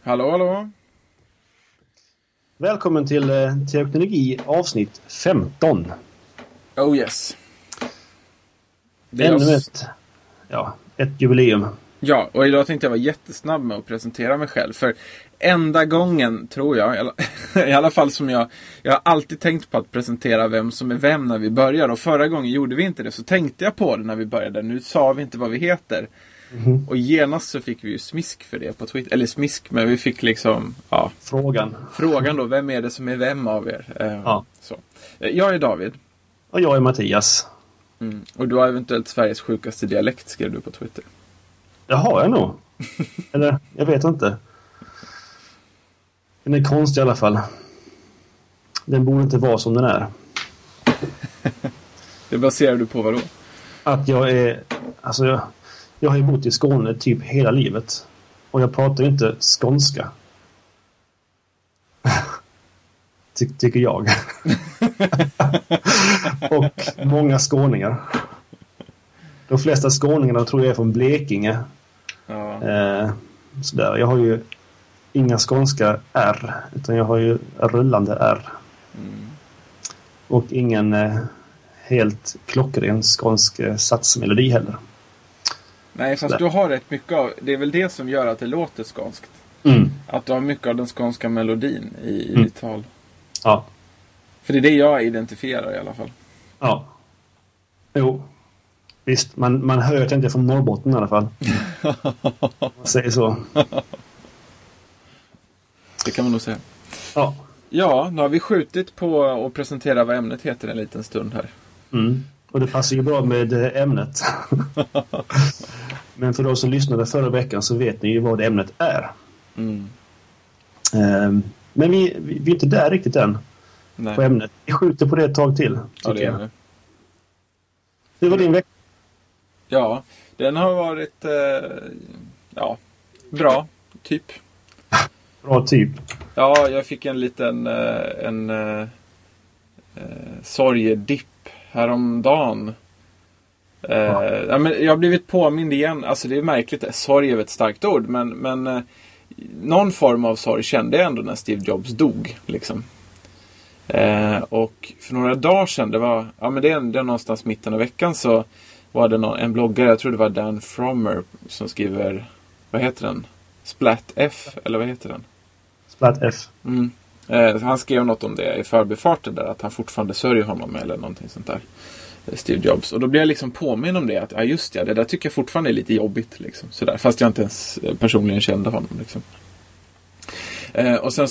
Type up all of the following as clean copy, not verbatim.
Hallå, hallå. Välkommen till Teknologi avsnitt 15. Oh yes. Det är Ännu ett jubileum. Ja, och idag tänkte jag vara jättesnabb med att presentera mig själv. För enda gången, tror jag, i alla fall som jag har alltid tänkt på att presentera vem som är vem när vi börjar. Och förra gången gjorde vi inte det, så tänkte jag på det när vi började. Nu sa vi inte vad vi heter. Mm-hmm. Och genast så fick vi ju smisk för det på Twitter. Eller smisk, men vi fick liksom, ja. Frågan då, vem är det som är vem av er? Ja. Så. Jag är David. Och jag är Mattias. Mm. Och du har eventuellt Sveriges sjukaste dialekt, skrev du på Twitter. Det har jag nog. Eller, jag vet inte. Den är konstig i alla fall. Den borde inte vara som den är. Det baserar du på vad då? Att jag är... Alltså, jag har ju bott i Skåne typ hela livet. Och jag pratar ju inte skånska. Tycker jag. Och många skåningar. De flesta skåningarna tror jag är från Blekinge. Ja. Sådär. Jag har ju inga skånska R, utan jag har ju rullande R. Mm. Och ingen helt klockren skånsk satsmelodi heller. Nej, fast du har rätt mycket av... Det är väl det som gör att det låter skånskt. Mm. Att du har mycket av den skånska melodin i ditt tal. Ja. För det är det jag identifierar i alla fall. Ja. Jo. Visst, man hör att jag inte är från Norrbotten i alla fall. Man säger så. Det kan man nog säga. Ja. Ja, nu har vi skjutit på att presentera vad ämnet heter en liten stund här. Mm. Och det passar ju bra med ämnet. Men för de som lyssnade förra veckan så vet ni ju vad ämnet är. Mm. Men vi är inte där riktigt än. Nej. På ämnet. Vi skjuter på det ett tag till. Ja, det gör vi. Hur var din vecka? Ja, den har varit bra, typ. Bra typ. Ja, jag fick en liten sorgedipp häromdagen. Ja, men jag har blivit påmind igen. Alltså det är märkligt, sorg är ett starkt ord, men någon form av sorg kände jag ändå när Steve Jobs dog liksom. Och för några dagar sedan, det är någonstans mitten av veckan, så var det en bloggare, jag tror det var Dan Frommer, som skriver, vad heter den? Splat F, eller vad heter den? Splat F. Mm. Han skrev något om det i förbifarten där, att han fortfarande sörjer honom eller någonting sånt där. Steve Jobs. Och då blev jag liksom påminn om det, att just det där tycker jag fortfarande är lite jobbigt liksom, sådär, fast jag inte ens personligen kände honom liksom. Och sen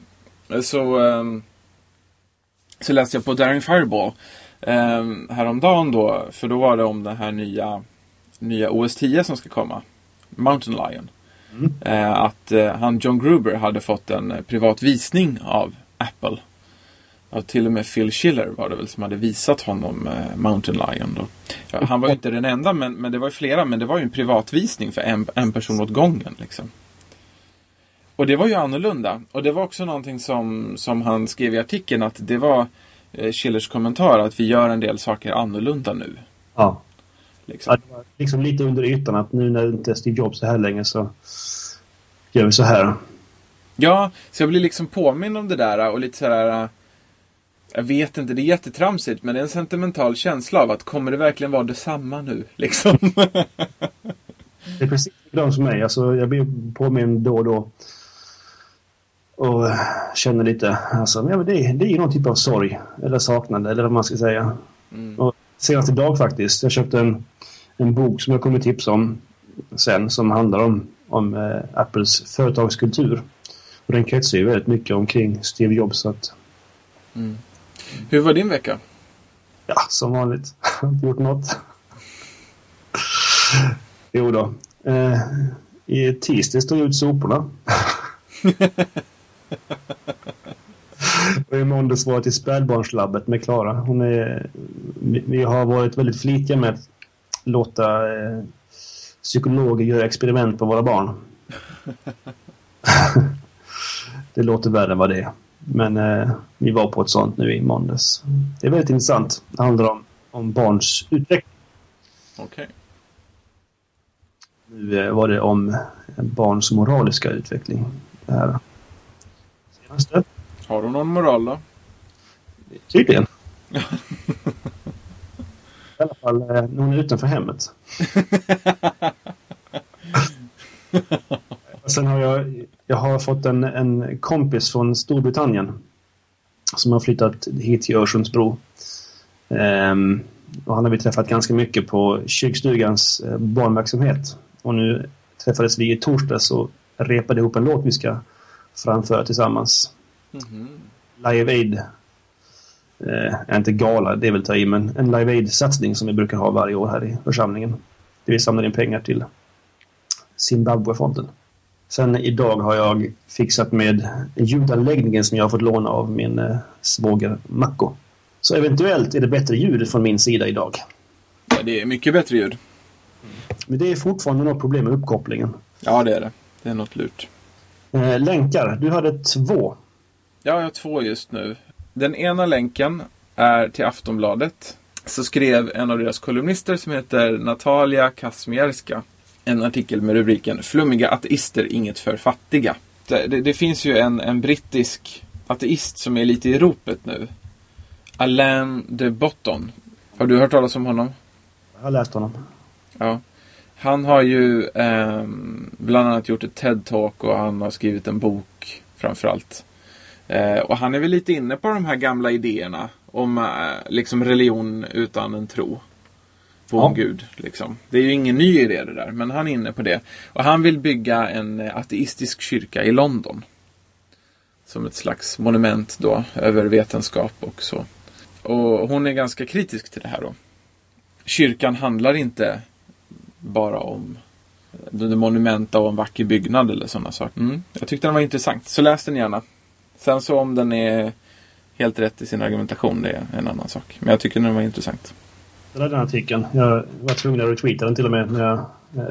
så läste jag på Daring Fireball häromdagen då, för då var det om den här nya OS 10 som ska komma, Mountain Lion. Att han John Gruber hade fått en privat visning av Apple. Och till och med Phil Schiller var det väl som hade visat honom Mountain Lion då. Ja, han var ju inte den enda, men det var ju flera, men det var ju en privatvisning för en person åt gången liksom. Och det var ju annorlunda. Och det var också någonting som han skrev i artikeln, att det var Schillers kommentar, att vi gör en del saker annorlunda nu. Ja. Liksom. Ja, det var liksom lite under ytan, att nu när det inte är Steve Jobs så här länge så gör vi så här. Ja, så jag blir liksom påminn om det där och lite så här, jag vet inte, det är jättetramsigt, men det är en sentimental känsla av att kommer det verkligen vara detsamma nu liksom. Det är precis likadant som mig. Alltså, jag blir påminn då och då och känner lite, alltså, men det är ju någon typ av sorg eller saknande, eller vad man ska säga. Och senast idag faktiskt, jag köpte en bok som jag kommer tipsa om sen, som handlar om Apples företagskultur. Och den kretsar ju väldigt mycket omkring Steve Jobs. Att... Hur var din vecka? Ja, som vanligt. Jag har inte gjort något. Jo då. I tisdag stod jag ut soporna. Och i måndags var jag till spädbarnslabbet med Klara. Vi har varit väldigt flitiga med att låta psykologer göra experiment på våra barn. Det låter värre än vad det är. Men vi var på ett sånt nu i måndags. Det är väldigt intressant. Det handlar om barns utveckling. Okej. Nu var det om barns moraliska utveckling. Det här senaste. Har du någon moral då? Tydligen. I alla fall någon utanför hemmet. Sen har jag har fått en kompis från Storbritannien som har flyttat hit till Örsundsbro. Och han har vi träffat ganska mycket på kyrkstugans barnverksamhet. Och nu träffades vi i torsdags och repade ihop en låt vi ska framföra tillsammans. Live Aid är inte gala, det är väl ta i, men en Live Aid-satsning som vi brukar ha varje år här i församlingen. Det vi samlar in pengar till Zimbabwe-fonden. Sen idag har jag fixat med ljudanläggningen som jag har fått låna av min svåger Macko. Så eventuellt är det bättre ljud från min sida idag. Ja, det är mycket bättre ljud. Men det är fortfarande något problem med uppkopplingen. Ja, det är det. Det är något lurt. Länkar, du hade 2. Ja, jag har 2 just nu. Den ena länken är till Aftonbladet. Så skrev en av deras kolumnister som heter Natalia Kazmierska en artikel med rubriken "Flummiga ateister, inget för fattiga". Det finns ju en brittisk ateist som är lite i ropet nu. Alain de Botton. Har du hört talas om honom? Jag har läst honom. Ja. Han har ju bland annat gjort ett TED-talk och han har skrivit en bok framförallt. Och han är väl lite inne på de här gamla idéerna om liksom religion utan en tro på en gud. Liksom. Det är ju ingen ny idé det där, men han är inne på det. Och han vill bygga en ateistisk kyrka i London. Som ett slags monument då över vetenskap och så. Och hon är ganska kritisk till det här då. Kyrkan handlar inte bara om det monumenta och en vacker byggnad eller sådana saker. Jag tyckte den var intressant, så läs den gärna. Sen så om den är helt rätt i sin argumentation, det är en annan sak. Men jag tycker den var intressant. Det där den artikeln. Jag var tvungen att retweeta den till och med när jag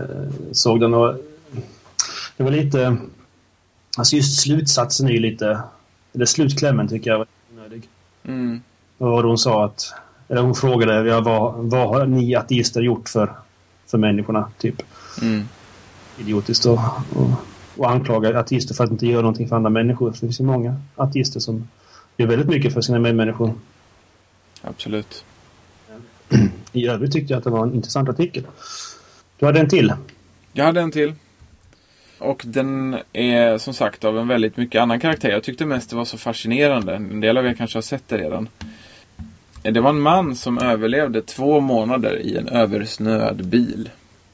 såg den. Och det var lite... Alltså just slutsatsen är ju lite... Eller slutklämmen tycker jag var onödig. Och vad hon sa att... Eller hon frågade vad har ni ateister gjort för människorna, typ. Idiotiskt och anklagar ateister för att inte göra någonting för andra människor. För det finns ju många ateister som gör väldigt mycket för sina medmänniskor. Absolut. I övrigt tyckte jag att det var en intressant artikel. Du hade en till. Jag hade en till. Och den är som sagt av en väldigt mycket annan karaktär. Jag tyckte mest det var så fascinerande. En del av er kanske har sett det redan. Det var en man som överlevde 2 månader i en översnöad bil.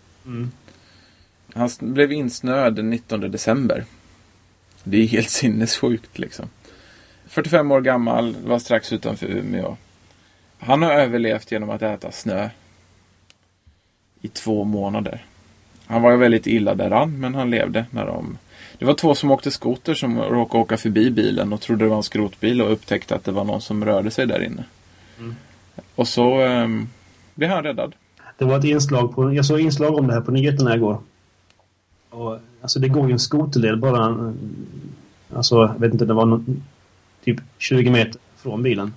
Han blev insnöad den 19 december. Det är helt sinnessjukt liksom. 45 år gammal, var strax utanför Umeå. Han har överlevt genom att äta snö i 2 månader. Han var väldigt illa däran, men han levde när Det var 2 som åkte skoter som råkade åka förbi bilen och trodde det var en skrotbil och upptäckte att det var någon som rörde sig där inne. Och så blev han räddad. Det var ett inslag jag såg inslag om det här på nyheterna igår. Och, alltså det går ju en skoterled bara alltså jag vet inte, det var typ 20 meter från bilen.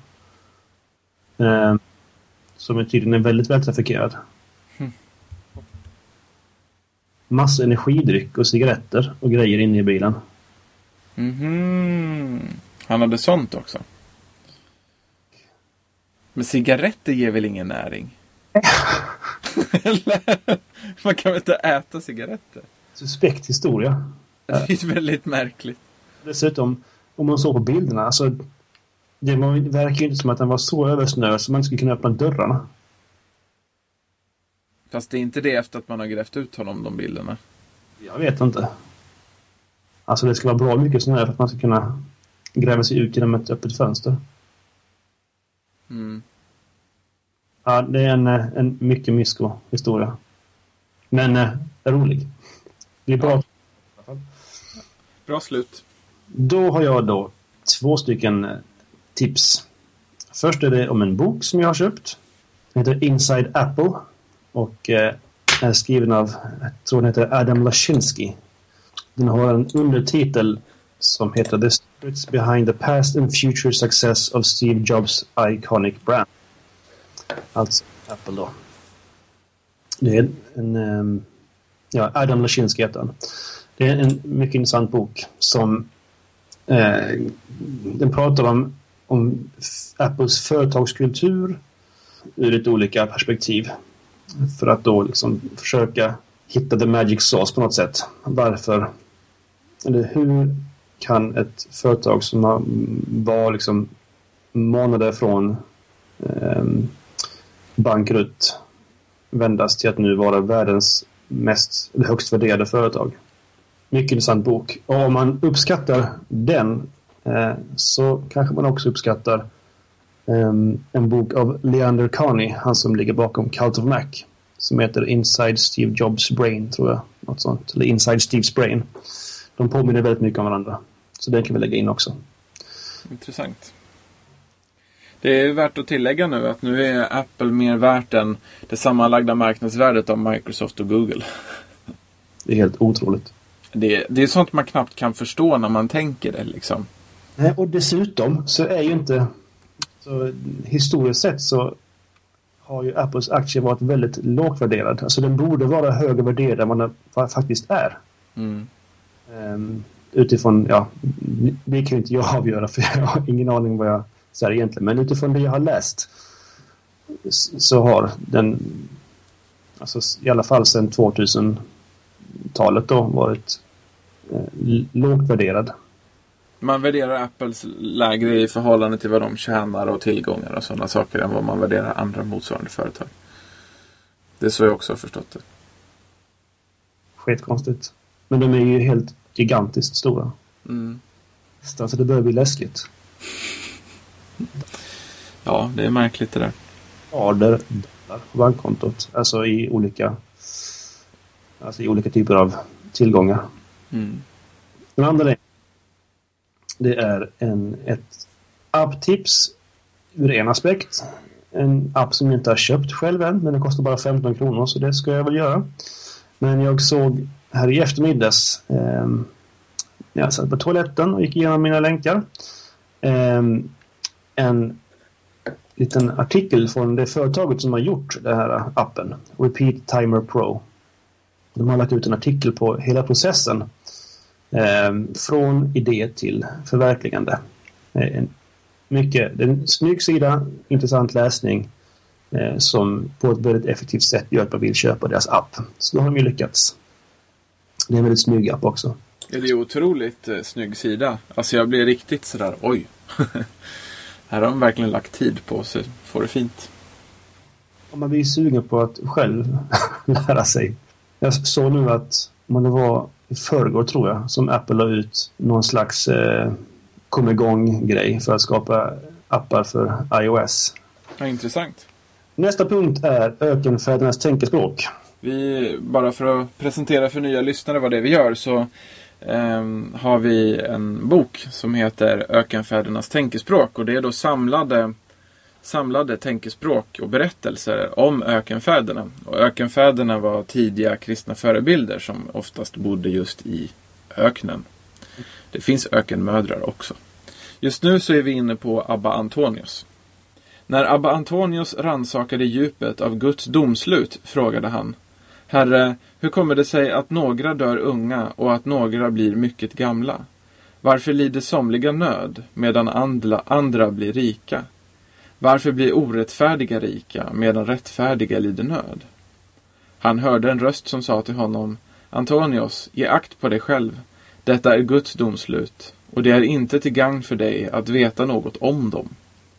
Som är tydligen väldigt vältrafikerad. Massa energidryck och cigaretter och grejer inne i bilen. Han hade sånt också. Men cigaretter ger väl ingen näring? Eller? Man kan väl inte äta cigaretter? Suspekt historia. Det är väldigt märkligt. Dessutom, om man såg på bilderna, alltså det verkar ju inte som att den var så översnöad så man skulle kunna öppna dörrarna. Fast det är inte det efter att man har grävt ut honom, de bilderna. Jag vet inte. Alltså det ska vara bra mycket snö för att man ska kunna gräva sig ut genom ett öppet fönster. Ja, det är en mycket mysko-historia. Men rolig. Det är bra. Bra slut. Då har jag 2 stycken tips. Först är det om en bok som jag har köpt. Den heter Inside Apple. Och är skriven av, jag tror den heter Adam Lashinsky. Den har en undertitel som heter The Secrets Behind the Past and Future Success of Steve Jobs Iconic Brand. Alltså Apple då. Det är Adam Lashinsky heter han. Det är en mycket intressant bok som den pratar om Apples företagskultur ur ett olika perspektiv. För att då liksom försöka hitta the magic sauce på något sätt. Varför, eller hur kan ett företag som var liksom månader från bankrutt vändas till att nu vara världens högst värderade företag. Mycket intressant bok. Och om man uppskattar den så kanske man också uppskattar en bok av Leander Carney, han som ligger bakom Cult of Mac, som heter Inside Steve Jobs Brain, tror jag. Något sånt. Eller Inside Steve's Brain. De påminner väldigt mycket om varandra. Så den kan vi lägga in också. Intressant. Det är värt att tillägga nu att nu är Apple mer värt än det sammanlagda marknadsvärdet av Microsoft och Google. Det är helt otroligt. Det är sånt man knappt kan förstå när man tänker det liksom. Nej, och dessutom så är ju inte... Så historiskt sett så har ju Apples aktie varit väldigt lågt värderad. Alltså den borde vara högre värderad än vad den faktiskt är. Utifrån, ja, det kan ju inte jag avgöra för jag har ingen aning vad jag säger egentligen. Men utifrån det jag har läst så har den, alltså i alla fall sedan 2000-talet då, varit lågt värderad. Man värderar Apples lägre i förhållande till vad de tjänar och tillgångar och sådana saker än vad man värderar andra motsvarande företag. Det är så jag också har förstått det. Skitkonstigt. Men de är ju helt gigantiskt stora. Alltså det börjar bli läskigt. Ja, det är märkligt det där. Miljarder på bankkontot. Alltså i olika typer av tillgångar. Den andra det är ett apptips ur en aspekt. En app som jag inte har köpt själv än, men den kostar bara 15 kronor, så det ska jag väl göra. Men jag såg här i eftermiddags jag satt på toaletten och gick igenom mina länkar en liten artikel från det företaget som har gjort den här appen, Repeat Timer Pro. De har lagt ut en artikel på hela processen från idé till förverkligande. Det är en snygg sida, intressant läsning som på ett väldigt effektivt sätt gör att man vill köpa deras app. Så då har de ju lyckats. Det är en väldigt snygg app också. Ja, det är otroligt snygg sida. Alltså jag blir riktigt sådär, oj. Här har de verkligen lagt tid på sig. Får det fint. Om man blir sugen på att själv lära sig. Jag såg nu att det var i förrgår tror jag som Apple la ut någon slags kom igång grej för att skapa appar för iOS. Ja, intressant. Nästa punkt är ökenfädernas tänkespråk. Bara för att presentera för nya lyssnare vad det är vi gör, så har vi en bok som heter Ökenfädernas tänkespråk, och det är då samlade tänkespråk och berättelser om ökenfäderna. Och ökenfäderna var tidiga kristna förebilder som oftast bodde just i öknen. Det finns ökenmödrar också. Just nu så är vi inne på Abba Antonius. När Abba Antonius rannsakade djupet av Guds domslut frågade han: Herre, hur kommer det sig att några dör unga och att några blir mycket gamla? Varför lider somliga nöd medan andra blir rika? Varför blir orättfärdiga rika medan rättfärdiga lider nöd? Han hörde en röst som sa till honom: Antonius, ge akt på dig själv. Detta är Guds domslut, och det är inte till gagn för dig att veta något om dem.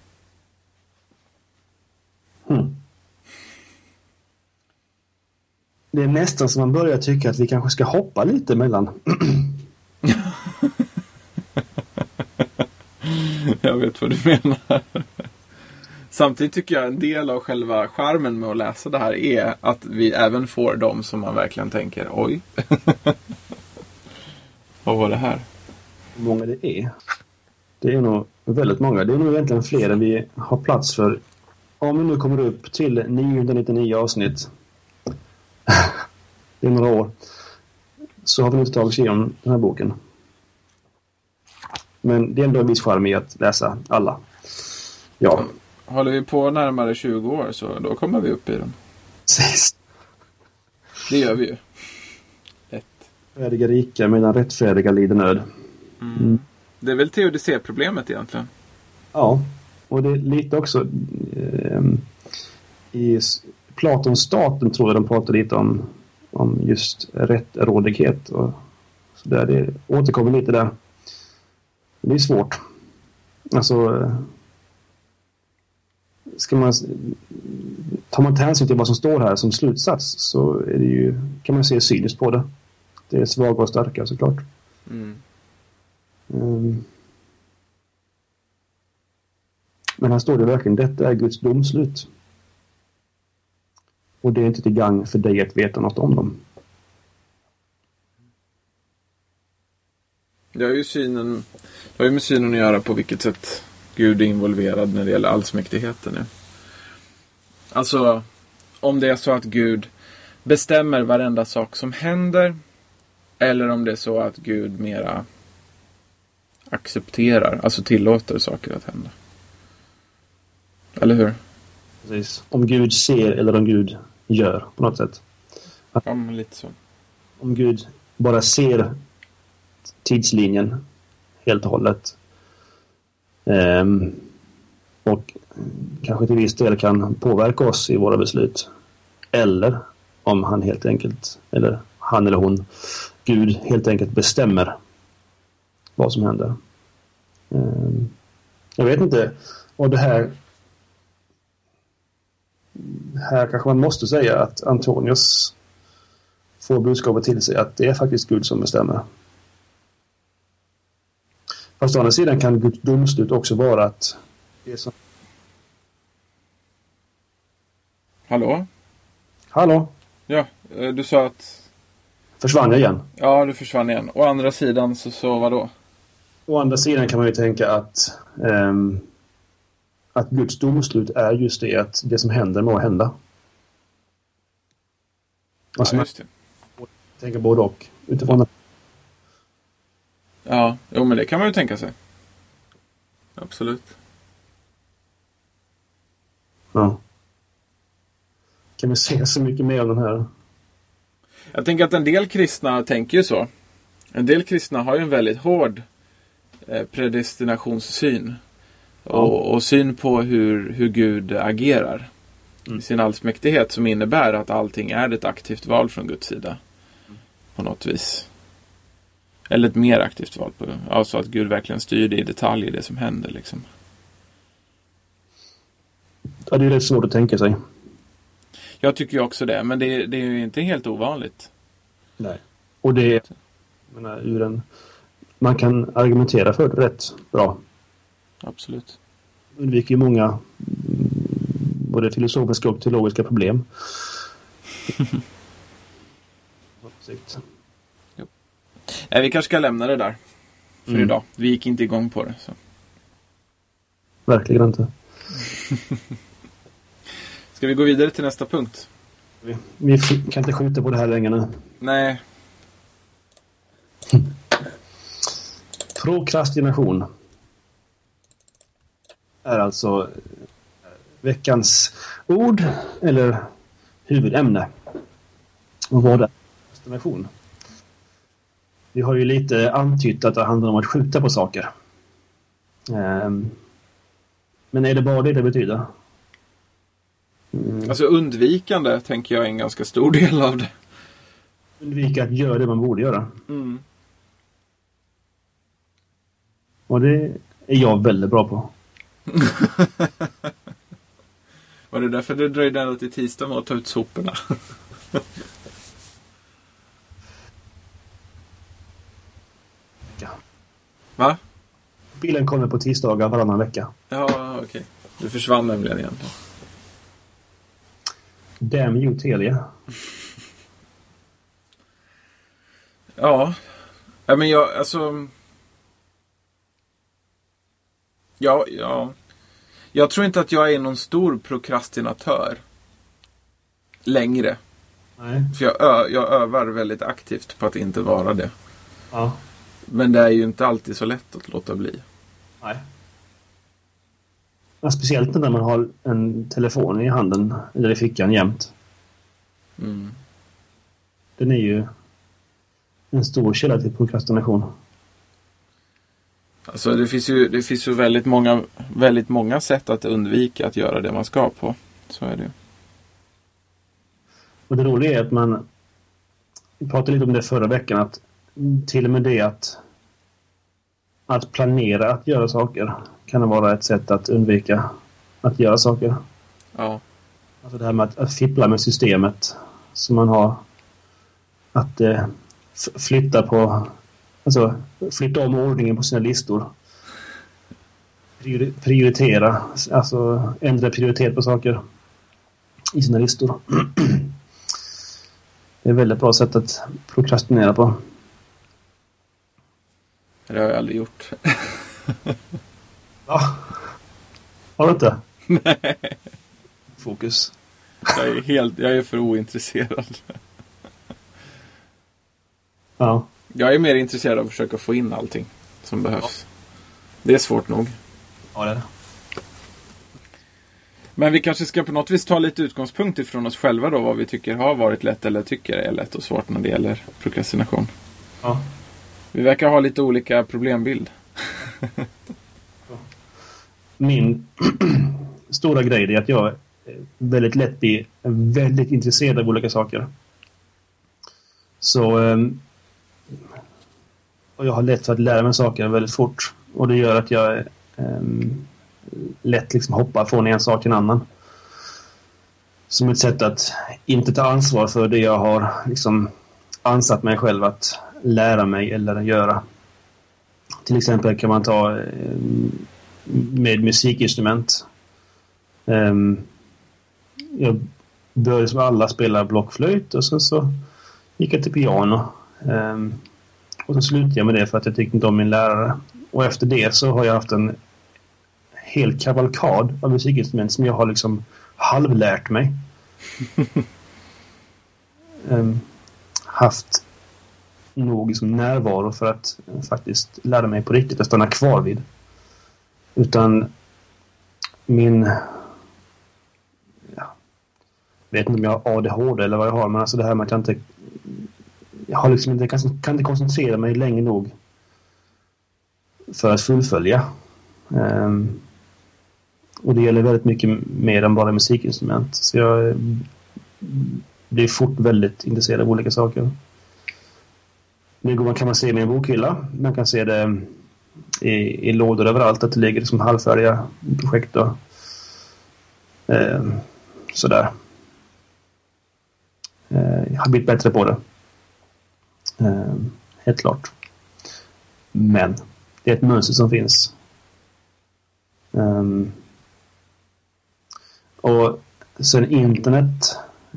Det är nästan som man börjar tycka att vi kanske ska hoppa lite mellan. Jag vet vad du menar. Samtidigt tycker jag en del av själva charmen med att läsa det här är att vi även får dem som man verkligen tänker, oj. Vad var det här? Hur många det är? Det är nog väldigt många. Det är nog egentligen fler än vi har plats för. Om vi nu kommer upp till 999 avsnitt. Det är några år. Så har vi inte tagit igenom den här boken. Men det är ändå en viss charm i att läsa alla. Ja. Håller vi på närmare 20 år så då kommer vi upp i den. Precis. Det gör vi ju. Rättfärdiga rika medan rättfärdiga lider nöd. Mm. Det är väl teodicé-problemet egentligen. Ja, och det är lite också i Platons staten tror jag de pratar lite om just rättrådighet och så där. Det återkommer lite där. Det är svårt. Alltså tar man inte hänsyn till vad som står här som slutsats så är det ju, kan man se cyniskt på det. Det är svaga och starka såklart. Men här står det verkligen, detta är Guds domslut. Och det är inte till gang för dig att veta något om dem. Det har ju med synen att göra på vilket sätt Gud är involverad när det gäller allsmäktigheten nu. Alltså, om det är så att Gud bestämmer varenda sak som händer, eller om det är så att Gud mera accepterar, alltså tillåter saker att hända. Eller hur? Precis. Om Gud ser eller om Gud gör på något sätt. Ja, men lite så. Om Gud bara ser tidslinjen helt och hållet. Och kanske till viss del kan påverka oss i våra beslut. Eller om han helt enkelt, eller han eller hon, Gud helt enkelt bestämmer vad som händer. Jag vet inte. Och det här kanske man måste säga att Antonius får budskapet till sig att det är faktiskt Gud som bestämmer. Fast å andra sidan kan Guds domslut också vara att det är så. Hallå? Ja, du sa att... Försvann jag igen? Ja, du försvann igen. Å andra sidan så vadå? Å andra sidan kan man ju tänka att Guds domslut är just det, att det som händer må hända. Alltså ja, just det. Man tänker både och utifrån det. Ja, jo, men det kan man ju tänka sig. Absolut. Ja. Kan vi se så mycket mer av den här? Jag tänker att en del kristna tänker ju så. En del kristna har ju en väldigt hård predestinationssyn. Och syn på hur Gud agerar i sin allsmäktighet, som innebär att allting är ett aktivt val från Guds sida på något vis. Eller ett mer aktivt val på, alltså att Gud verkligen styr det i detalj det som händer liksom. Ja, det är rätt svårt att tänka sig. Jag tycker ju också det, men det är ju inte helt ovanligt. Nej. Och det är, man kan argumentera för det rätt bra. Absolut. Undviker ju många både filosofiska och teologiska problem. Nej, vi kanske ska lämna det där för idag. Vi gick inte igång på det. Så. Verkligen inte. Ska vi gå vidare till nästa punkt? Vi kan inte skjuta på det här längre nu. Nej. Prokrastination är alltså veckans ord eller huvudämne. Och vad är prokrastination? Vi har ju lite antytt att det handlar om att skjuta på saker. Men är det bara det betyder? Alltså undvikande tänker jag är en ganska stor del av det. Undvika att göra det man borde göra. Och det är jag väldigt bra på. Var det därför det dröjde ända till tisdag med att ta ut soporna? Ja. Va? Bilen kommer på tisdagar varannan vecka. Ja, okej. Du försvann nämligen igen. Damn you, Telia. Ja. Ja, men jag, alltså... Ja. Jag tror inte att jag är någon stor prokrastinatör längre. Nej. För jag övar väldigt aktivt på att inte vara det. Ja. Men det är ju inte alltid så lätt att låta bli. Nej. Ja, speciellt när man har en telefon i handen eller i fickan jämt. Den är ju en stor källa till prokrastination. Alltså det finns ju väldigt många sätt att undvika att göra det man ska på. Så är det ju. Och det roliga är att vi pratade lite om det förra veckan, att till och med det att planera att göra saker kan vara ett sätt att undvika att göra saker. Ja. Alltså det här med att fippla med systemet som man har, att flytta om ordningen på sina listor. Prioritera, alltså ändra prioritet på saker i sina listor. Det är ett väldigt bra sätt att prokrastinera på. Det har jag aldrig gjort. Ja. Har du inte? Nej. Fokus. Jag är för ointresserad. Ja. Jag är mer intresserad av att försöka få in allting som behövs. Ja. Det är svårt nog. Ja, det är det. Men vi kanske ska på något vis ta lite utgångspunkt ifrån oss själva då. Vad vi tycker har varit lätt eller tycker är lätt och svårt när det gäller prokrastination. Ja. Vi verkar ha lite olika problembild. Min stora grej är att jag väldigt lätt blir väldigt intresserad av olika saker. Så och jag har lätt för att lära mig saker väldigt fort. Och det gör att jag lätt liksom hoppar från en sak till en annan. Som ett sätt att inte ta ansvar för det jag har liksom ansatt mig själv att lära mig eller göra. Till exempel kan man ta med musikinstrument. Jag började som alla spela blockflöjt och så gick jag till piano. Och så slutade jag med det för att jag tyckte inte om min lärare. Och efter det så har jag haft en hel kavalkad av musikinstrument som jag har liksom halvlärt mig. Haft nog liksom närvaro för att faktiskt lära mig på riktigt att stanna kvar vid. Utan vet inte om jag har ADHD eller vad jag har, men alltså det här med att jag har liksom inte, kan inte koncentrera mig länge nog för att fullfölja. Och det gäller väldigt mycket mer än bara musikinstrument. Så jag blir fort väldigt intresserad av olika saker. Nu kan man se med en bokhylla. Man kan se det i lådor överallt, att det ligger som halvfärdiga projekt och sådär. Jag har blivit bättre på det. Helt klart. Men det är ett mönster som finns. Och sen internet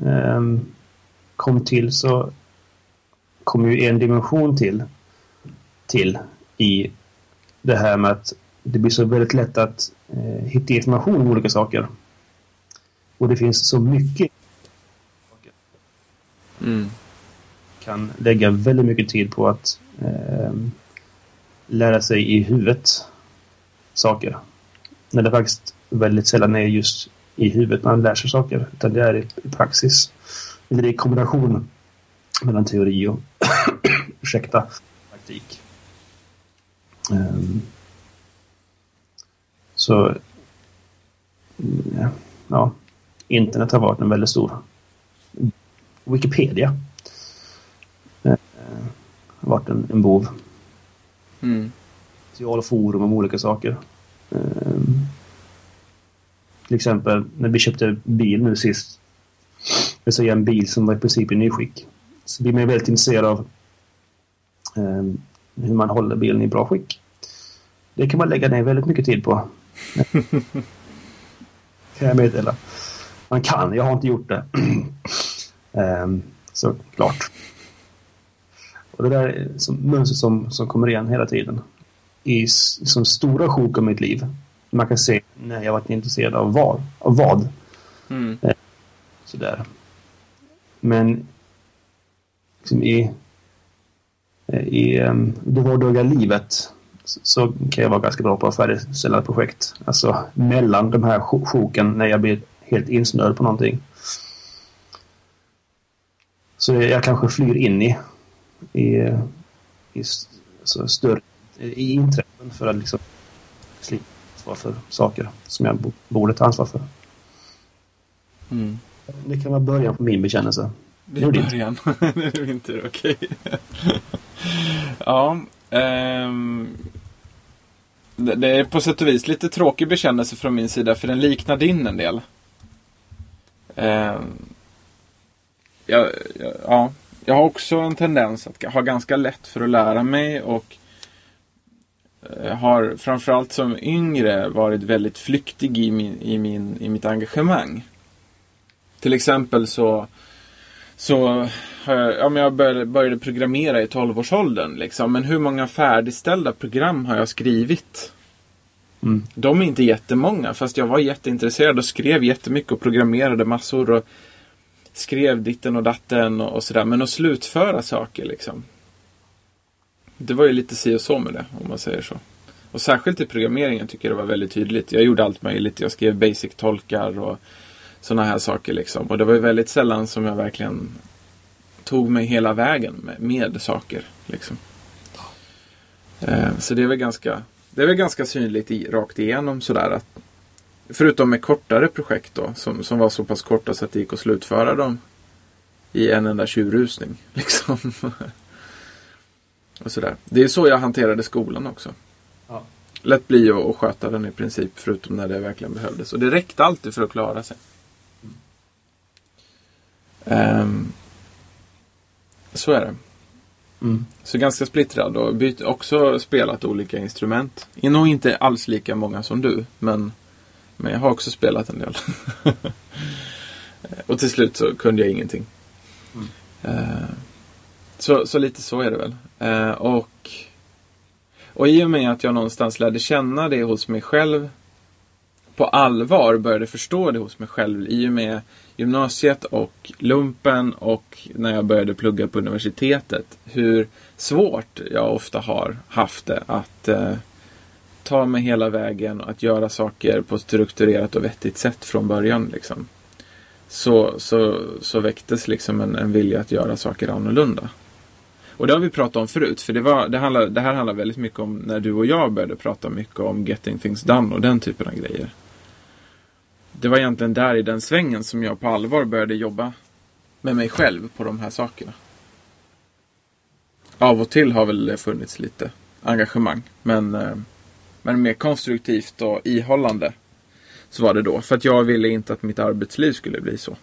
kom till, så kom ju en dimension till i det här med att det blir så väldigt lätt att hitta information om olika saker. Och det finns så mycket kan lägga väldigt mycket tid på att lära sig i huvudet saker. När det faktiskt väldigt sällan är just i huvudet man lär sig saker, utan det är i praxis. Eller i kombination mellan teori och praktik. Så ja, internet har varit en väldigt stor. Wikipedia har varit en bov. Social forum om olika saker. Till exempel när vi köpte bil nu sist, det är en bil som var i princip i nyskick, så blir man väldigt intresserad av hur man håller bilen i bra skick. Det kan man lägga ner väldigt mycket tid på. Kan jag meddela. Jag har inte gjort det. Så klart. Och det där är mönster som kommer igen hela tiden. Som stora sjok av mitt liv. Man kan se när jag varit intresserad av vad. Sådär. Men liksom i det vardagliga livet så kan jag vara ganska bra på att färdigställa projekt. Alltså mellan de här sjoken när jag blir helt insnöad på någonting. Så jag kanske flyr in i alltså större i intressen för att liksom slippa ansvar för saker som jag borde ta ansvar för. Mm. Det kan vara början på min bekännelse. Det är början. Det är inte okej. Ja. Det är på sätt och vis lite tråkig bekännelse från min sida, för den liknar din en del. Jag har också en tendens att ha ganska lätt för att lära mig, och har framförallt som yngre varit väldigt flyktig i mitt engagemang. Till exempel så jag började programmera i 12-årsåldern liksom, men hur många färdigställda program har jag skrivit? De är inte jättemånga, fast jag var jätteintresserad och skrev jättemycket och programmerade massor och skrev ditten och datten och sådär, men att slutföra saker liksom, det var ju lite si och så med det, om man säger så. Och särskilt i programmeringen tycker jag det var väldigt tydligt. Jag gjorde allt möjligt, jag skrev basic-tolkar och såna här saker liksom, och det var ju väldigt sällan som jag verkligen tog mig hela vägen med saker liksom. Så det är väl ganska synligt rakt igenom sådär, att förutom med kortare projekt då, som var så pass korta så att det gick att slutföra dem i en enda tjurrusning liksom. Och sådär. Det är så jag hanterade skolan också. Ja. Lätt bli att sköta den i princip, förutom när det verkligen behövdes. Och det räckte alltid för att klara sig. Så är det. Så ganska splittrad, och också spelat olika instrument. Nog inte alls lika många som du, men jag har också spelat en del. Och till slut så kunde jag ingenting. Så lite så är det väl. Och i och med att jag någonstans lärde känna det hos mig själv, på allvar började förstå det hos mig själv i och med gymnasiet och lumpen, och när jag började plugga på universitetet, hur svårt jag ofta har haft det att ta mig hela vägen och att göra saker på ett strukturerat och vettigt sätt från början liksom. Så väcktes liksom en vilja att göra saker annorlunda. Och det har vi pratat om förut, för det här handlar väldigt mycket om när du och jag började prata mycket om getting things done och den typen av grejer. Det var egentligen där i den svängen som jag på allvar började jobba med mig själv på de här sakerna. Av och till har väl det funnits lite engagemang, men mer konstruktivt och ihållande så var det då. För att jag ville inte att mitt arbetsliv skulle bli så.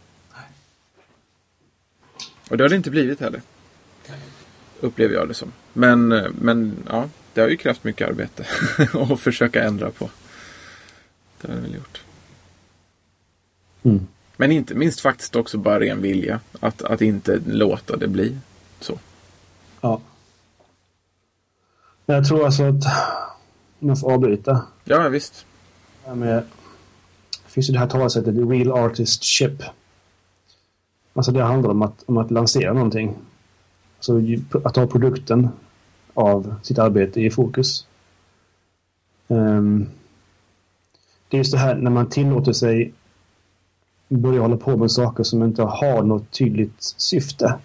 Och det har det inte blivit heller. Upplever jag det som. Men ja, det har ju krävt mycket arbete att försöka ändra på. Det har jag väl gjort. Men inte minst faktiskt också bara ren vilja att inte låta det bli så. Ja. Jag tror alltså att man får avbryta. Ja, visst. Det finns ju det här talesättet real artist ship. Alltså det handlar om att lansera någonting. Alltså att ha produkten av sitt arbete i fokus. Det är just det här när man tillåter sig börja hålla på med saker som inte har något tydligt syfte.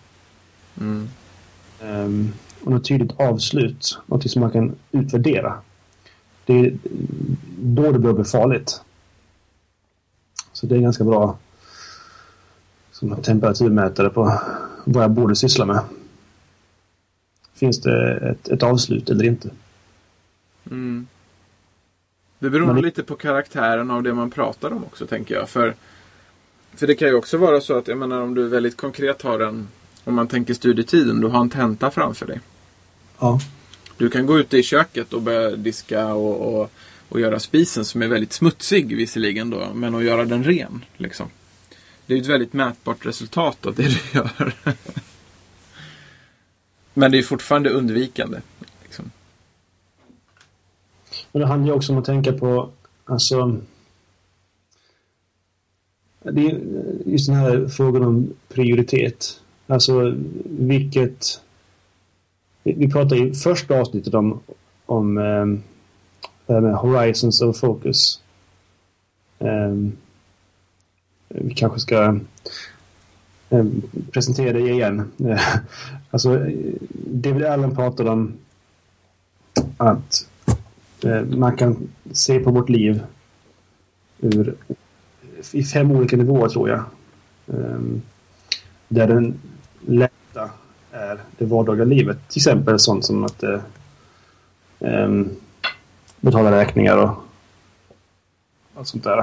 Och något tydligt avslut. Något som man kan utvärdera. Det är då det börjar bli farligt. Så det är ganska bra som temperaturmätare på vad jag borde syssla med. Finns det ett avslut eller inte? Det beror nog lite på karaktären av det man pratar om också, tänker jag. För det kan ju också vara så att, jag menar, om du väldigt konkret har om man tänker studietiden, du har en tenta framför dig. Ja. Du kan gå ut i köket och börja diska och göra spisen, som är väldigt smutsig visserligen då, men att göra den ren liksom. Det är ju ett väldigt mätbart resultat av det du gör. Men det är fortfarande undvikande liksom. Men det handlar ju också om att tänka på, alltså, det är just den här frågan om prioritet. Alltså vi pratade i första avsnittet om det här med horizons of focus. Vi kanske ska presentera det igen. Alltså, David Allen pratade om att man kan se på vårt liv i 5 olika nivåer, tror jag. Där den lätta är det vardagliga livet. Till exempel sånt som att betala räkningar och allt sånt där.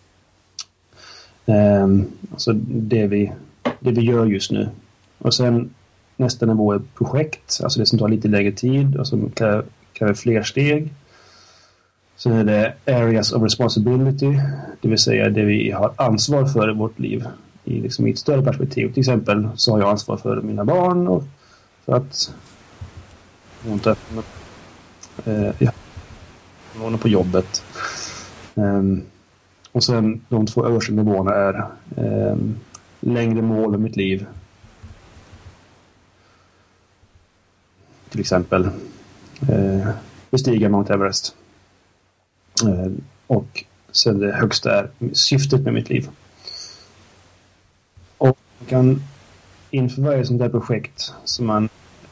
Alltså det vi gör just nu. Och sen nästa nivå är projekt. Alltså det som tar lite längre tid och som kräver fler steg. Sen är det areas of responsibility. Det vill säga det vi har ansvar för i vårt liv. I ett större perspektiv. Till exempel så har jag ansvar för mina barn och för att ordna på jobbet. Och sen de 2 översta nivåerna är längre mål i mitt liv. Till exempel bestiga Mount Everest. Och sen det högsta är syftet med mitt liv. Och man kan inför varje sånt där projekt som man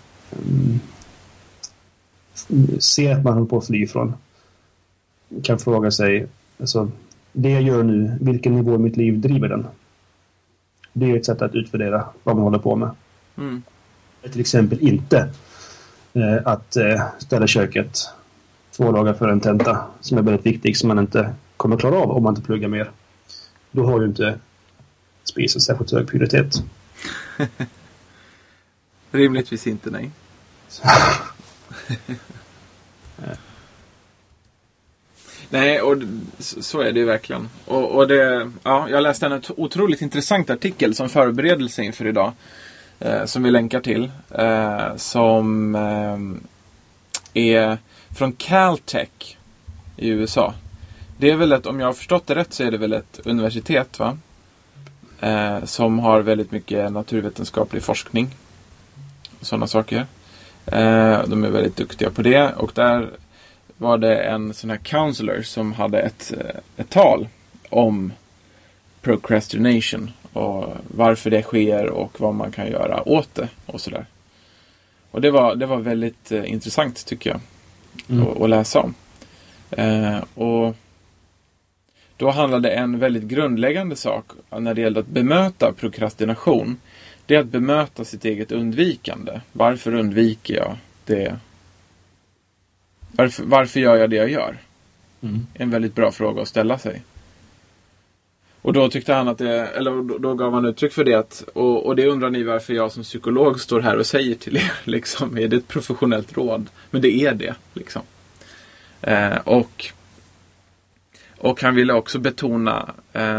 ser att man håller på att fly från, kan fråga sig, alltså, det jag gör nu, vilken nivå i mitt liv driver den? Det är ett sätt att utvärdera vad man håller på med. Till exempel inte att ställa köket 2 dagar för en tenta som är väldigt viktig, som man inte kommer klara av om man inte pluggar mer. Då har ju inte spisen särskilt hög prioritet. Rimligtvis inte, nej. Nej, och så är det ju verkligen. Och det, ja, jag läste en otroligt intressant artikel som förberedelse inför idag. Som vi länkar till. Som är från Caltech i USA. Det är väl om jag har förstått det rätt, så är det väl ett universitet, va? Som har väldigt mycket naturvetenskaplig forskning. Sådana saker. De är väldigt duktiga på det. Och där var det en sån här counselor som hade ett tal om procrastination och varför det sker och vad man kan göra åt det och sådär. Och det var väldigt intressant, tycker jag, att läsa om. Och då handlade en väldigt grundläggande sak när det gällde att bemöta prokrastination. Det är att bemöta sitt eget undvikande. Varför undviker jag det? Varför gör jag det jag gör? En väldigt bra fråga att ställa sig. Och då tyckte han att då gav han uttryck för det. Och det undrar ni varför jag som psykolog står här och säger till er. Liksom, är det ett professionellt råd? Men det är det. Liksom. Och han ville också betona...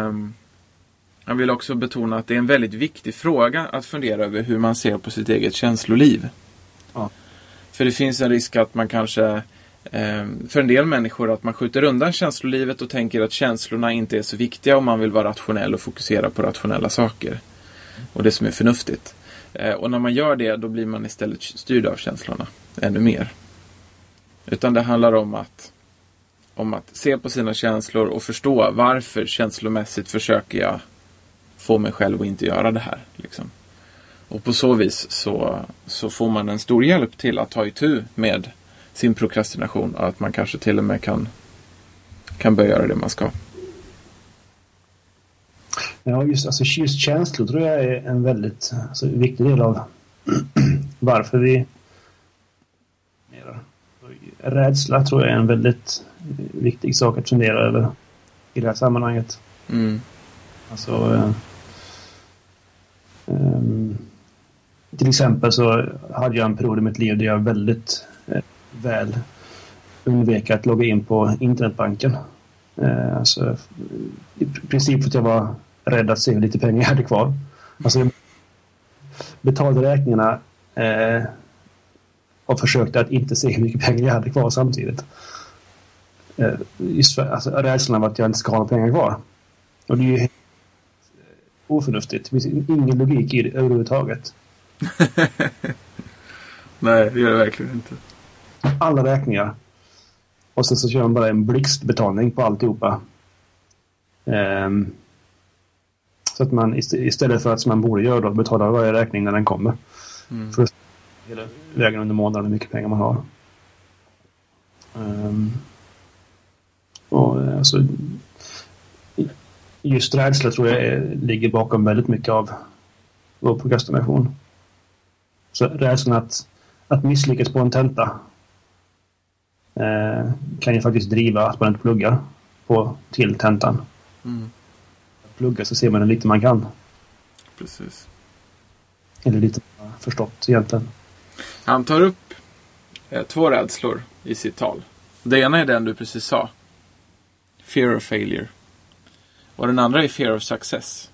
att det är en väldigt viktig fråga att fundera över hur man ser på sitt eget känsloliv. Ja. För det finns en risk att man kanske, för en del människor, att man skjuter undan känslolivet och tänker att känslorna inte är så viktiga och man vill vara rationell och fokusera på rationella saker. Och det som är förnuftigt. Och när man gör det, då blir man istället styrd av känslorna ännu mer. Utan det handlar om att se på sina känslor och förstå varför känslomässigt försöker jag få mig själv att inte göra det här. Liksom. Och på så vis så får man en stor hjälp till att ta itu med sin prokrastination och att man kanske till och med kan börja göra det man ska. Ja, just känslor tror jag är en väldigt viktig del av varför vi rädsla tror jag är en väldigt viktig sak att fundera över i det här sammanhanget. Till exempel så hade jag en period i mitt liv där jag väldigt väl undvek att logga in på internetbanken. I princip för att jag var rädd att se hur lite pengar jag hade kvar. Jag betalade räkningarna och försökte att inte se hur mycket pengar jag hade kvar samtidigt. Rädslan av att jag inte ska ha några pengar kvar. Och det är ju oförnuftigt. Det finns ingen logik i det överhuvudtaget. Nej, det gör det verkligen inte. Alla räkningar. Och sen så kör man bara en blixtbetalning på alltihopa. Så att man istället för att som man borde göra då, betala varje räkning när den kommer. För att hela vägen under månaden hur mycket pengar man har. Och alltså just rädsla tror jag ligger bakom väldigt mycket av vår prokrastination. Så rädslan att misslyckas på en tenta kan ju faktiskt driva att man inte pluggar till tentan. Att plugga så ser man hur lite man kan. Precis. Eller lite förstått egentligen. Han tar upp 2 rädslor i sitt tal. Det ena är den du precis sa. Fear of failure. Och den andra är fear of success.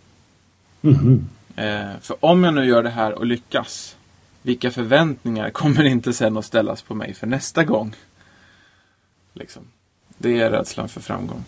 För om jag nu gör det här och lyckas, vilka förväntningar kommer inte sen att ställas på mig för nästa gång? Liksom. Det är rädslan för framgång.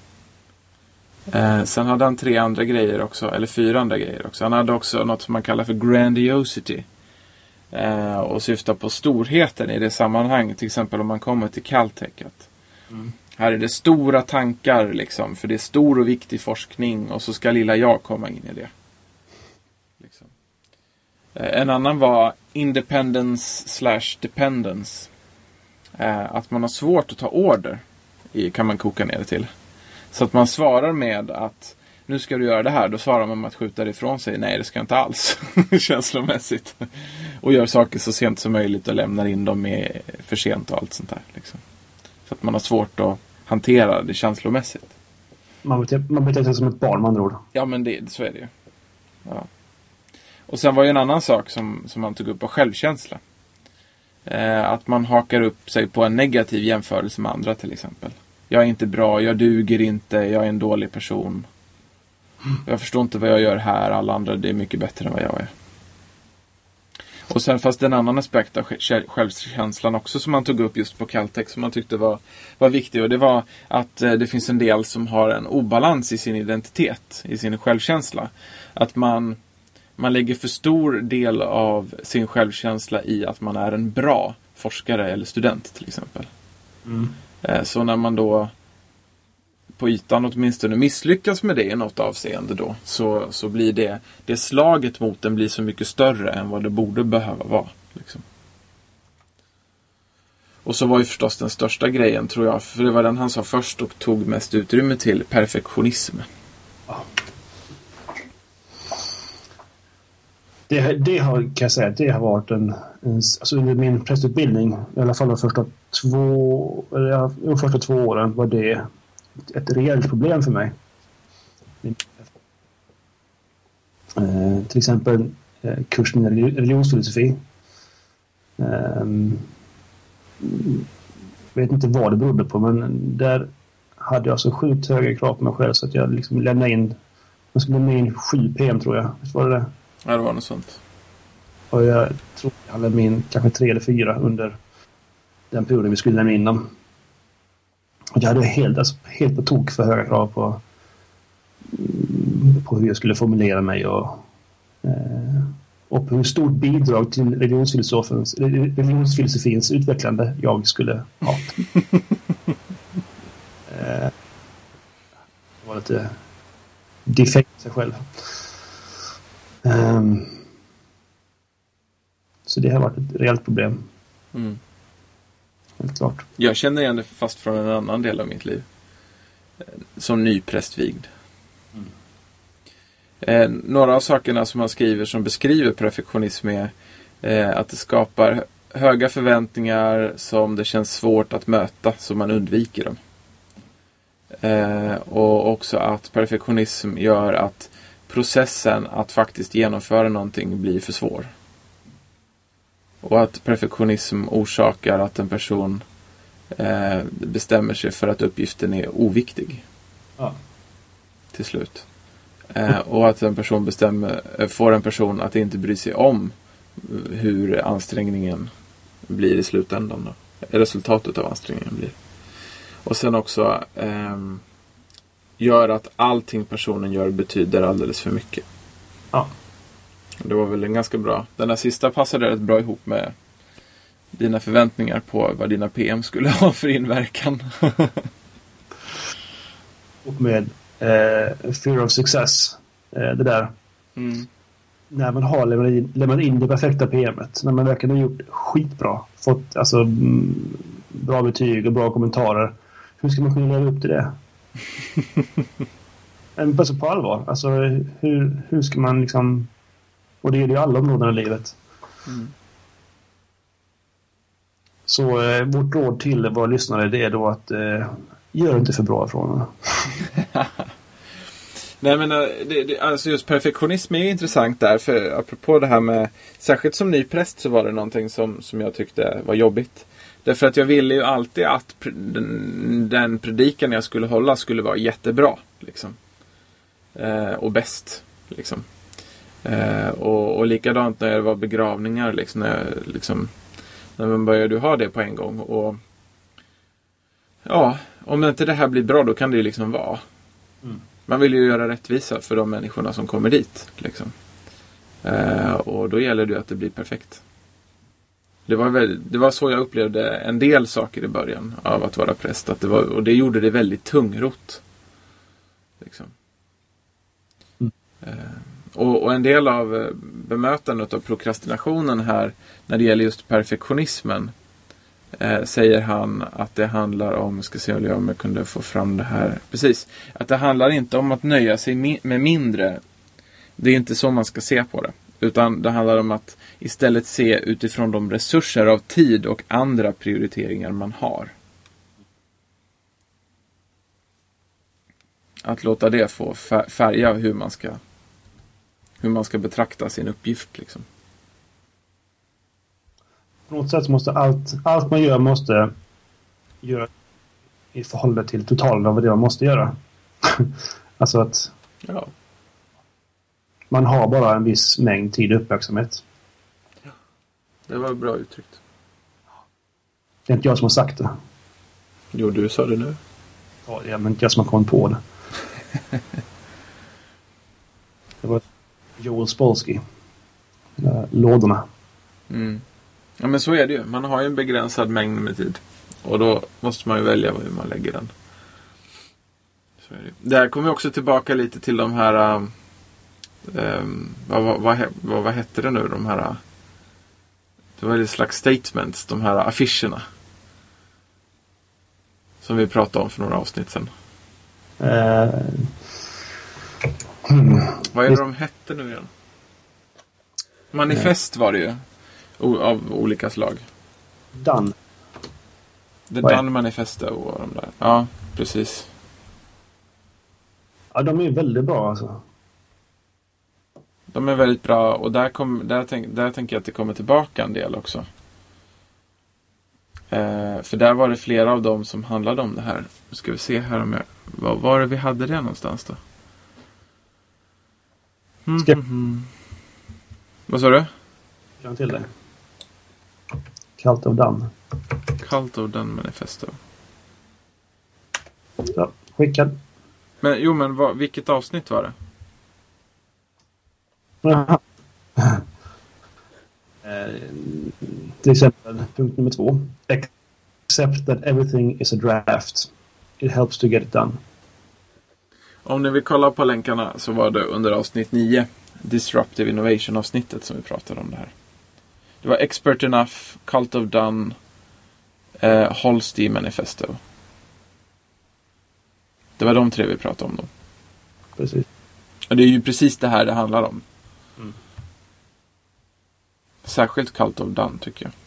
Sen hade han 3 andra grejer också, eller 4 andra grejer också. Han hade också något som man kallar för grandiosity. Och syftar på storheten i det sammanhanget. Till exempel om man kommer till Caltech. Här är det stora tankar liksom, för det är stor och viktig forskning och så ska lilla jag komma in i det. Liksom. En annan var independence/dependence. Att man har svårt att ta order kan man koka ner det till. Så att man svarar med att nu ska du göra det här. Då svarar man med att skjuta det ifrån sig. Nej, det ska jag inte alls. Känslomässigt. Och gör saker så sent som möjligt och lämnar in dem med för sent och allt sånt där. Liksom. För att man har svårt att hantera det känslomässigt. Man beter sig som ett barn, med andra ord. Ja, men så är det ju. Ja. Och sen var ju en annan sak som man tog upp, var självkänsla. Att man hakar upp sig på en negativ jämförelse med andra till exempel. Jag är inte bra, jag duger inte, jag är en dålig person. Jag förstår inte vad jag gör här, alla andra det är mycket bättre än vad jag är. Och sen fast en annan aspekt av självkänslan också som man tog upp just på Caltech som man tyckte var viktig, och det var att det finns en del som har en obalans i sin identitet, i sin självkänsla. Att man lägger för stor del av sin självkänsla i att man är en bra forskare eller student till exempel. Så när man då på ytan åtminstone misslyckas med det i något avseende då, så blir det slaget mot den blir så mycket större än vad det borde behöva vara. Liksom. Och så var ju förstås den största grejen, tror jag, för det var den han sa först och tog mest utrymme till, perfektionism. Ja. Det har, kan jag säga, det har varit alltså under min prästutbildning, i alla fall de första 2 åren var det ett rejält problem för mig. Till exempel kursen i religionsfilosofi. Vet inte vad det berodde på, men där hade jag så sjukt höga krav på mig själv så att jag liksom lämnade in 7 PM tror jag. Visst var det? Ja, det var något sånt. Och jag tror jag hade min kanske 3 eller 4 under den perioden vi skulle lämna in dem. Och jag hade helt på tok för höga krav på hur jag skulle formulera mig och på hur stort bidrag till religionsfilosofins utvecklande jag skulle ha. Det var lite defekt sig själv. Så det har varit ett rejält problem. Helt klart. Jag känner igen det fast från en annan del av mitt liv. Som nyprästvigd. Några av sakerna som man skriver som beskriver perfektionism är att det skapar höga förväntningar som det känns svårt att möta, så man undviker dem. Och också att perfektionism gör att processen att faktiskt genomföra någonting blir för svår. Och att perfektionism orsakar att en person bestämmer sig för att uppgiften är oviktig. Ja. Till slut. Och att en person får en person att inte bry sig om hur ansträngningen blir i slutändan då. Resultatet av ansträngningen blir. Och sen också gör att allting personen gör betyder alldeles för mycket. Ja. Det var väl en ganska bra. Den här sista passade rätt bra ihop med dina förväntningar på vad dina PM skulle ha för inverkan. Och med fear of success. det där. När man har lämnat in det perfekta PM:et. När man verkligen har gjort skitbra. Fått alltså, bra betyg och bra kommentarer. Hur ska man kunna leva upp till det? Men alltså på allvar. Alltså, hur ska man liksom... Och det är ju alla områden i livet. Så vårt råd till våra lyssnare, det är då att gör inte för bra ifrån det. Nej, men alltså just perfektionism är ju intressant där. För apropå det här med, särskilt som ny präst så var det någonting som jag tyckte var jobbigt. Därför att jag ville ju alltid att den predikan jag skulle hålla skulle vara jättebra. Liksom. Och bäst. Liksom. Och likadant när det var begravningar. När man började ha det på en gång. Och ja, om inte det här blir bra, då kan det ju liksom vara. Man vill ju göra rättvisa för de människorna som kommer dit. Liksom. Och då gäller det ju att det blir perfekt. Det var så jag upplevde en del saker i början av att vara präst. Och det gjorde det väldigt tungrot. Liksom. Och en del av bemötandet av prokrastinationen här, när det gäller just perfektionismen, säger han att det handlar om, ska se om jag kunde få fram det här, precis, att det handlar inte om att nöja sig med mindre. Det är inte så man ska se på det, utan det handlar om att istället se utifrån de resurser av tid och andra prioriteringar man har. Att låta det få färga hur man ska betrakta sin uppgift liksom. På något sätt måste allt man gör måste göra i förhållande till totalen av det man måste göra. Alltså att man har bara en viss mängd tid och uppmärksamhet. Ja. Det var bra uttryckt. Det är inte jag som har sagt det. Jo, du sa det nu. Ja, det är inte jag som har kommit på det. Det var Joel Spolsky. Lådorna. Ja, men så är det ju. Man har ju en begränsad mängd med tid. Och då måste man ju välja hur man lägger den. Så är det. Där kommer jag också tillbaka lite till de här... vad hette det nu? De här... Det var ett slags statements. De här affischerna. Som vi pratade om för några avsnitt sedan. Vad är det de hette nu igen? Manifest var det ju. Av olika slag. Done. The Done Manifesto och de där. Ja, precis. Ja, de är väldigt bra alltså. De är väldigt bra, och där tänker jag att det kommer tillbaka en del också. För där var det flera av dem som handlade om det här. Nu ska vi se här om vad var det vi hade det någonstans då? Vad sa du? Jag till dig. Cult of Done. Cult of Done Manifesto. Ja, skickad. Men vilket avsnitt var det? Till exempel punkt nummer 2. Accept that everything is a draft. It helps to get it done. Om ni vill kolla på länkarna så var det under avsnitt 9. Disruptive Innovation avsnittet som vi pratade om det här. Det var Expert Enough, Cult of Done, Holsti Manifesto. Det var de 3 vi pratade om då. Precis. Och det är ju precis det här det handlar om. Särskilt Cult of Done tycker jag.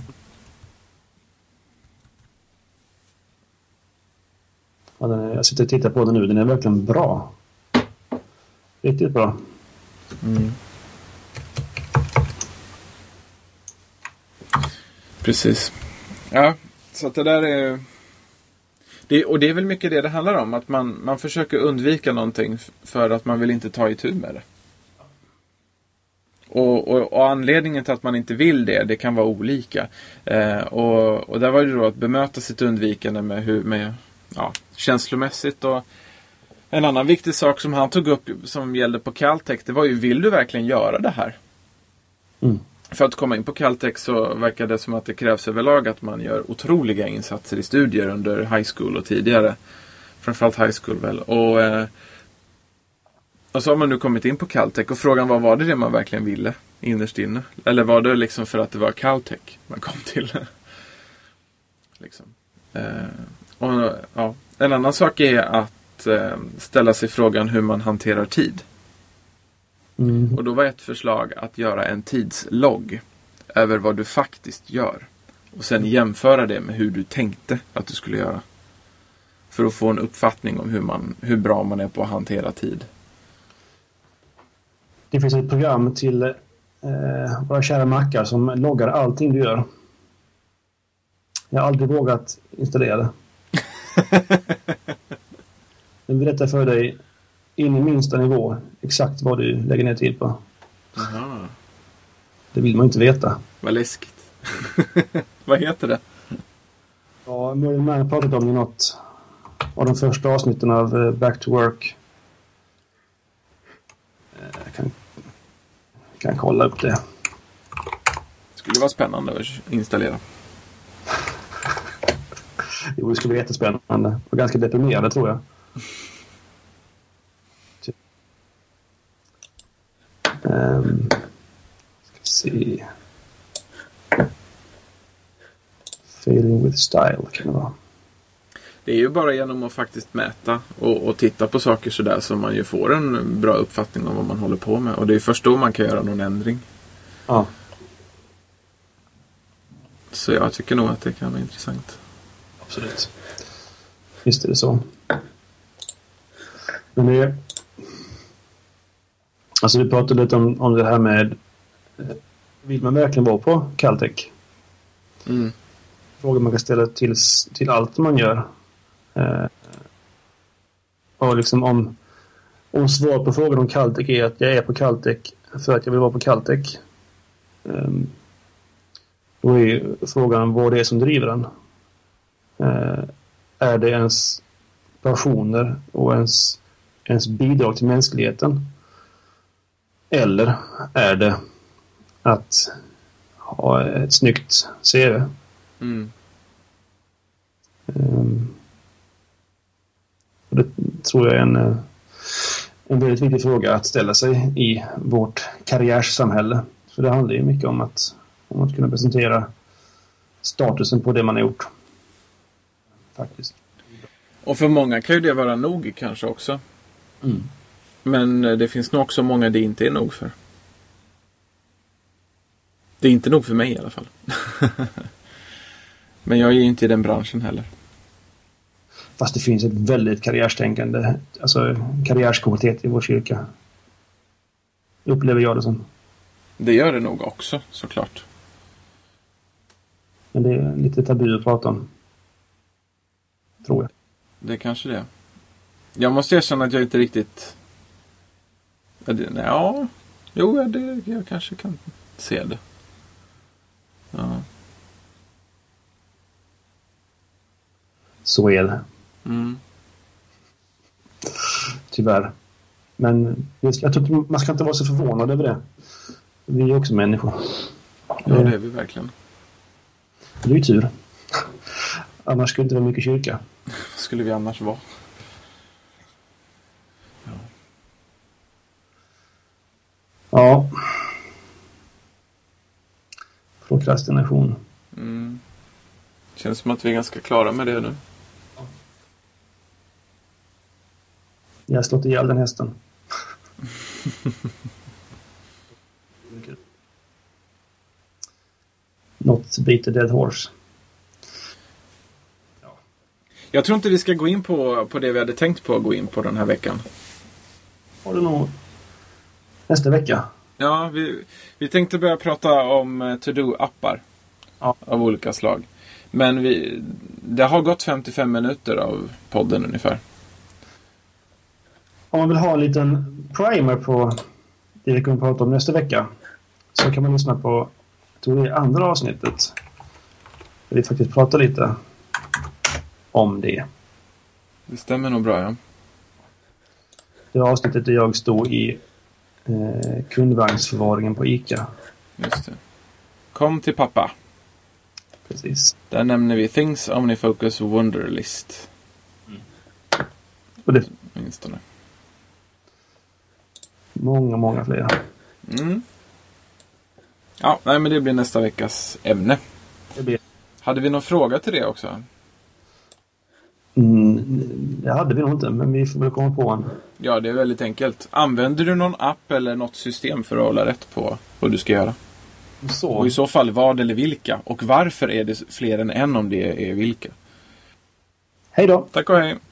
Ja, jag sitter och tittar på den nu. Den är verkligen bra. Riktigt bra. Precis. Ja, så att det där är... Och det är väl mycket det handlar om. Att man försöker undvika någonting för att man vill inte ta itu med det. Och anledningen till att man inte vill det kan vara olika. Och där var det då att bemöta sitt undvikande med känslomässigt. Och en annan viktig sak som han tog upp som gällde på Caltech, det var ju, vill du verkligen göra det här? För att komma in på Caltech så verkar det som att det krävs överlag att man gör otroliga insatser i studier under high school och tidigare. Framförallt high school väl. Och Och så har man nu kommit in på Caltech och frågan var det man verkligen ville innerst inne? Eller var det liksom för att det var Caltech man kom till? Liksom. Och, ja. En annan sak är att ställa sig frågan hur man hanterar tid. Och då var ett förslag att göra en tidslogg över vad du faktiskt gör. Och sen jämföra det med hur du tänkte att du skulle göra. För att få en uppfattning om hur bra man är på att hantera tid. Det finns ett program till våra kära mackar som loggar allting du gör. Jag har aldrig vågat installera det. Den berättar för dig in i minsta nivå exakt vad du lägger ner tid på. Aha. Det vill man inte veta. Vad läskigt. Vad heter det? Ja, Merlin Mann pratade om i något av de första avsnitten av Back to Work. Jag kan kolla upp det. Skulle vara spännande att installera. Jo, det skulle vara jättespännande. Och ganska deprimerande, tror jag. Ska se. Failing with style kan det vara. Det är ju bara genom att faktiskt mäta och titta på saker sådär som man ju får en bra uppfattning om vad man håller på med. Och det är först då man kan göra någon ändring. Ja. Så jag tycker nog att det kan vara intressant. Absolut. Visst är det så. Men det... Alltså vi pratade lite om det här med... Vill man verkligen vara på Caltech? Frågor man kan ställa till allt man gör. Och liksom om svar på frågan om Caltech är att jag är på Caltech för att jag vill vara på Caltech. Då är frågan vad det är som driver den. Är det ens passioner och ens bidrag till mänskligheten? Eller är det att ha ett snyggt CV? Och det tror jag är en väldigt viktig fråga att ställa sig i vårt karriärssamhälle. För det handlar ju mycket om att kunna presentera statusen på det man har gjort. Faktiskt. Och för många kan ju det vara nog kanske också. Men det finns nog också många det inte är nog för. Det är inte nog för mig i alla fall. Men jag är ju inte i den branschen heller. Fast det finns ett väldigt karriärstänkande, alltså karriärskvalitet i vår kyrka. Upplever jag det som. Det gör det nog också, såklart. Men det är lite tabu att prata om. Tror jag. Det är kanske det. Jag måste erkänna att jag inte riktigt... Ja, jo, jag kanske kan se det. Ja. Så är det. Tyvärr. Men jag tror man ska inte vara så förvånad över det. Vi är också människor. Ja, det är vi verkligen. Det är ju tur. Annars skulle det inte vara mycket kyrka. Vad skulle vi annars vara? Ja. Prokrastination. Känns som att vi är ganska klara med det nu. Jag har slått ihjäl den hästen. Not beat the dead horse. Ja. Jag tror inte vi ska gå in på det vi hade tänkt på att gå in på den här veckan. Har du nog nästa vecka? Ja, vi tänkte börja prata om to-do-appar av olika slag. Men det har gått 55 minuter av podden ungefär. Om man vill ha en liten primer på det vi kommer att prata om nästa vecka så kan man lyssna på det andra avsnittet. Där vi faktiskt pratar lite om det. Det stämmer nog bra, ja. Det avsnittet där jag stod i kundvagnsförvaringen på ICA. Just det. Kom till pappa. Precis. Där nämner vi Things OmniFocus Wunderlist. Och det... Åtminstone. Många fler. Mm. Ja, nej, men det blir nästa veckas ämne. Hade vi någon fråga till det också? Det hade vi nog inte, men vi får väl komma på en. Ja, det är väldigt enkelt. Använder du någon app eller något system för att hålla rätt på vad du ska göra? Och i så fall vad eller vilka? Och varför är det fler än en om det är vilka? Hej då! Tack och hej!